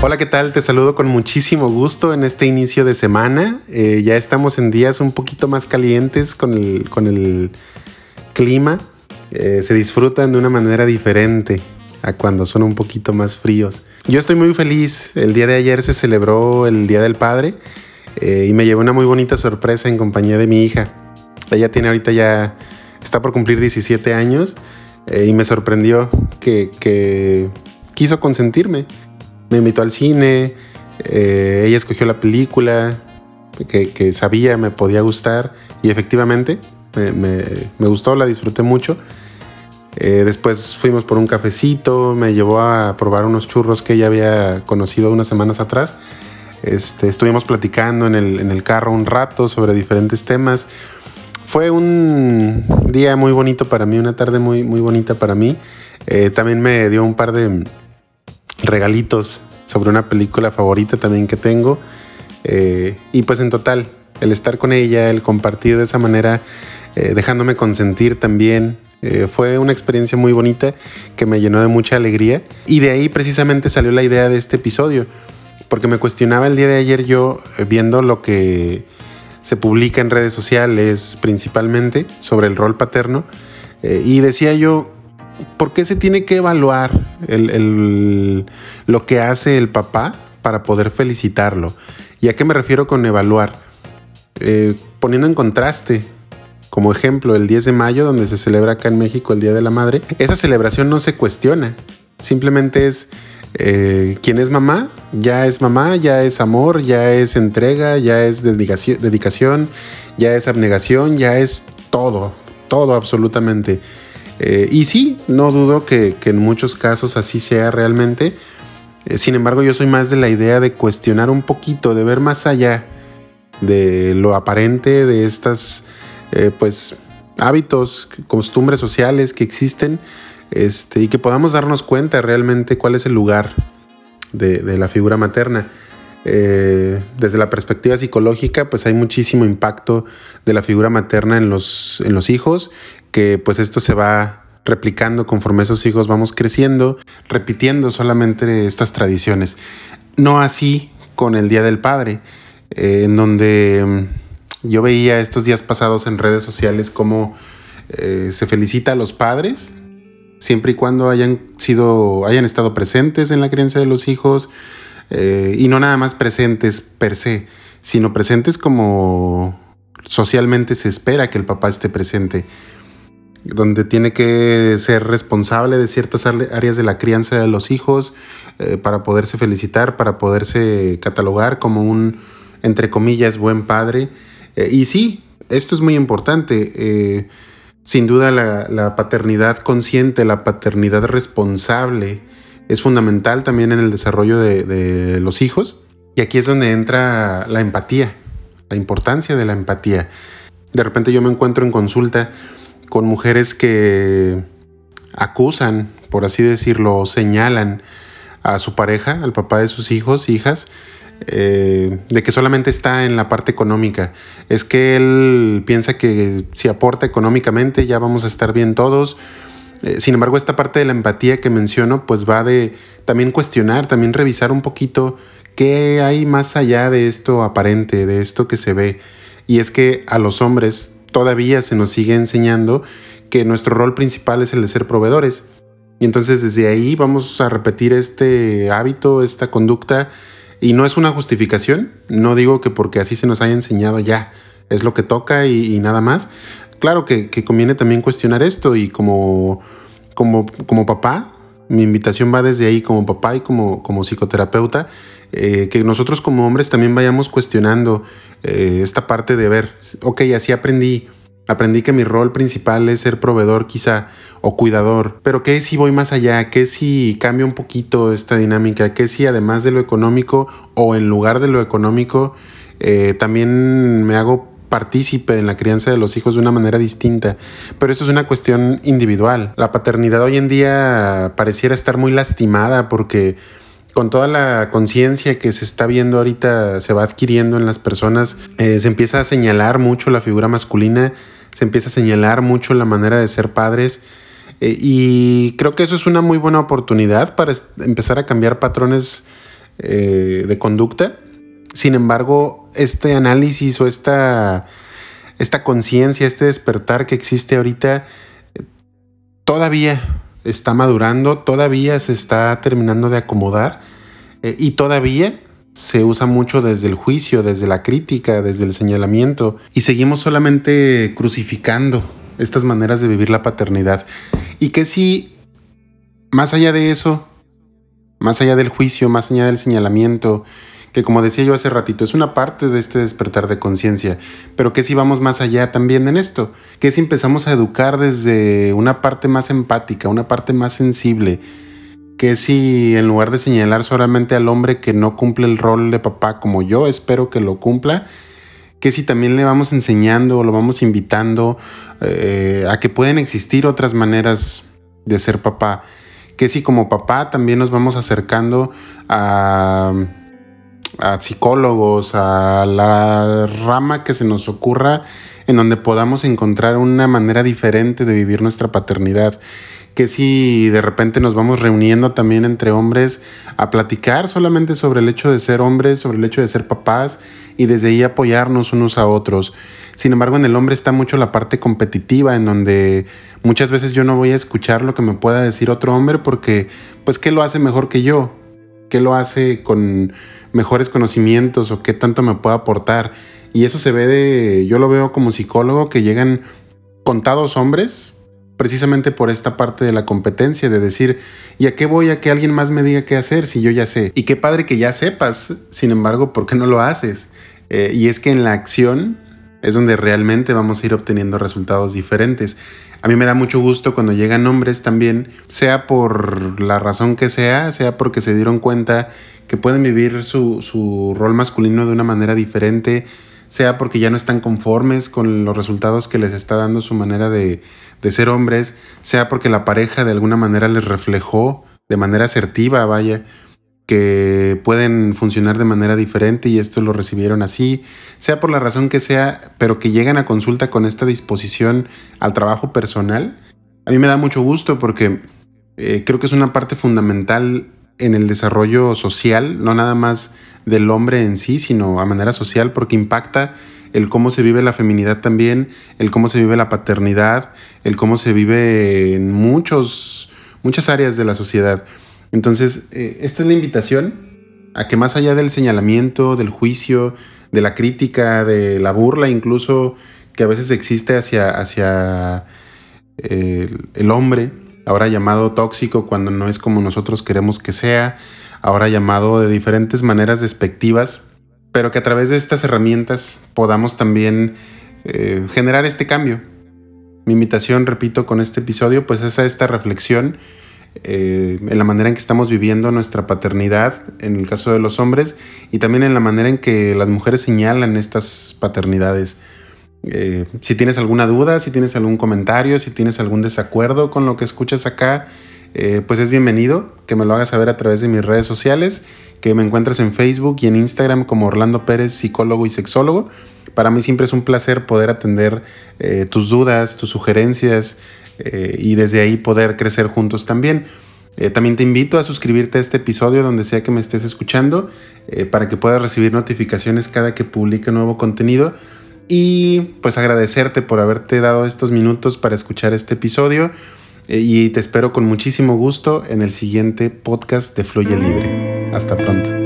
Hola, ¿qué tal? Te saludo con muchísimo gusto en este inicio de semana. Ya estamos en días un poquito más calientes con el clima. Se disfrutan de una manera diferente a cuando son un poquito más fríos. Yo estoy muy feliz. El día de ayer se celebró el Día del Padre y me llevé una muy bonita sorpresa en compañía de mi hija. Ella tiene ahorita ya, está por cumplir 17 años y me sorprendió que quiso consentirme. Me invitó al cine, ella escogió la película que sabía me podía gustar y efectivamente me gustó, la disfruté mucho. Después fuimos por un cafecito, me llevó a probar unos churros que ella había conocido unas semanas atrás. Estuvimos platicando en el carro un rato sobre diferentes temas. Fue un día muy bonito para mí, una tarde muy, muy bonita para mí. También me dio un par de regalitos sobre una película favorita también que tengo. Y pues en total, el estar con ella, el compartir de esa manera, dejándome consentir también, fue una experiencia muy bonita que me llenó de mucha alegría. Y de ahí precisamente salió la idea de este episodio, porque me cuestionaba el día de ayer yo, viendo lo que se publica en redes sociales principalmente sobre el rol paterno, y decía yo, ¿por qué se tiene que evaluar lo que hace el papá para poder felicitarlo? ¿Y a qué me refiero con evaluar? Poniendo en contraste, como ejemplo, el 10 de mayo, donde se celebra acá en México el Día de la Madre, esa celebración no se cuestiona. Simplemente es quien es mamá, ya es amor, ya es entrega, ya es dedicación, ya es abnegación, ya es todo absolutamente. Y sí, no dudo que en muchos casos así sea realmente. Sin embargo, yo soy más de la idea de cuestionar un poquito, de ver más allá de lo aparente, de estas pues hábitos, costumbres sociales que existen, y que podamos darnos cuenta realmente cuál es el lugar de la figura materna. Desde la perspectiva psicológica, pues hay muchísimo impacto de la figura materna en los hijos, que pues esto se va replicando conforme esos hijos vamos creciendo, repitiendo solamente estas tradiciones. No así con el Día del Padre, en donde yo veía estos días pasados en redes sociales cómo se felicita a los padres, siempre y cuando hayan estado presentes en la crianza de los hijos, y no nada más presentes per se, sino presentes como socialmente se espera que el papá esté presente, donde tiene que ser responsable de ciertas áreas de la crianza de los hijos, para poderse felicitar, para poderse catalogar como un, entre comillas, buen padre. Y sí, esto es muy importante. Sin duda la paternidad consciente, la paternidad responsable es fundamental también en el desarrollo de los hijos. Y aquí es donde entra la empatía, la importancia de la empatía. De repente yo me encuentro en consulta con mujeres que acusan, por así decirlo, señalan a su pareja, al papá de sus hijos, hijas, de que solamente está en la parte económica. Es que él piensa que si aporta económicamente ya vamos a estar bien todos. Sin embargo, esta parte de la empatía que menciono pues va de también cuestionar, también revisar un poquito qué hay más allá de esto aparente, de esto que se ve. Y es que a los hombres todavía se nos sigue enseñando que nuestro rol principal es el de ser proveedores. Y entonces desde ahí vamos a repetir este hábito, esta conducta. Y no es una justificación, no digo que porque así se nos haya enseñado ya es lo que toca y nada más. Claro que conviene también cuestionar esto, y como papá, mi invitación va desde ahí, como papá y como psicoterapeuta, que nosotros como hombres también vayamos cuestionando esta parte de ver, ok, así aprendí que mi rol principal es ser proveedor quizá o cuidador, pero ¿qué si voy más allá? ¿Qué si cambio un poquito esta dinámica? ¿Qué si además de lo económico o en lugar de lo económico también me hago partícipe en la crianza de los hijos de una manera distinta? Pero eso es una cuestión individual. La paternidad hoy en día pareciera estar muy lastimada porque con toda la conciencia que se está viendo ahorita, se va adquiriendo en las personas, se empieza a señalar mucho la figura masculina, se empieza a señalar mucho la manera de ser padres, y creo que eso es una muy buena oportunidad para empezar a cambiar patrones de conducta. Sin embargo, este análisis o esta conciencia, este despertar que existe ahorita, todavía está madurando, todavía se está terminando de acomodar y todavía se usa mucho desde el juicio, desde la crítica, desde el señalamiento, y seguimos solamente crucificando estas maneras de vivir la paternidad. Y que si más allá de eso, más allá del juicio, más allá del señalamiento, que como decía yo hace ratito, es una parte de este despertar de conciencia, pero que si vamos más allá también en esto, que si empezamos a educar desde una parte más empática, una parte más sensible, que si en lugar de señalar solamente al hombre que no cumple el rol de papá como yo espero que lo cumpla, que si también le vamos enseñando o lo vamos invitando a que pueden existir otras maneras de ser papá, que si como papá también nos vamos acercando a psicólogos, a la rama que se nos ocurra en donde podamos encontrar una manera diferente de vivir nuestra paternidad, que si de repente nos vamos reuniendo también entre hombres a platicar solamente sobre el hecho de ser hombres, sobre el hecho de ser papás y desde ahí apoyarnos unos a otros. Sin embargo, en el hombre está mucho la parte competitiva, en donde muchas veces yo no voy a escuchar lo que me pueda decir otro hombre porque, pues, ¿qué lo hace mejor que yo? ¿Qué lo hace con mejores conocimientos o qué tanto me puede aportar? Y eso se ve yo lo veo como psicólogo, que llegan contados hombres precisamente por esta parte de la competencia, de decir, ¿y a qué voy a que alguien más me diga qué hacer si yo ya sé? Y qué padre que ya sepas, sin embargo, ¿por qué no lo haces? Y es que en la acción es donde realmente vamos a ir obteniendo resultados diferentes. A mí me da mucho gusto cuando llegan hombres también, sea por la razón que sea porque se dieron cuenta que pueden vivir su rol masculino de una manera diferente, sea porque ya no están conformes con los resultados que les está dando su manera de ser hombres, sea porque la pareja de alguna manera les reflejó de manera asertiva, vaya, que pueden funcionar de manera diferente y esto lo recibieron así, sea por la razón que sea, pero que llegan a consulta con esta disposición al trabajo personal. A mí me da mucho gusto porque creo que es una parte fundamental en el desarrollo social, no nada más del hombre en sí, sino a manera social, porque impacta el cómo se vive la feminidad también, el cómo se vive la paternidad, el cómo se vive en muchas áreas de la sociedad. Entonces, esta es la invitación a que más allá del señalamiento, del juicio, de la crítica, de la burla incluso que a veces existe hacia el hombre, ahora llamado tóxico cuando no es como nosotros queremos que sea, ahora llamado de diferentes maneras despectivas, pero que a través de estas herramientas podamos también generar este cambio. Mi invitación, repito, con este episodio, pues es a esta reflexión en la manera en que estamos viviendo nuestra paternidad, en el caso de los hombres, y también en la manera en que las mujeres señalan estas paternidades. Si tienes alguna duda, si tienes algún comentario, si tienes algún desacuerdo con lo que escuchas acá, pues es bienvenido que me lo hagas saber a través de mis redes sociales, que me encuentras en Facebook y en Instagram como Orlando Pérez, psicólogo y sexólogo. Para mí siempre es un placer poder atender tus dudas, tus sugerencias y desde ahí poder crecer juntos también. También te invito a suscribirte a este episodio donde sea que me estés escuchando para que puedas recibir notificaciones cada que publique nuevo contenido. Y pues agradecerte por haberte dado estos minutos para escuchar este episodio y te espero con muchísimo gusto en el siguiente podcast de Fluye Libre. Hasta pronto.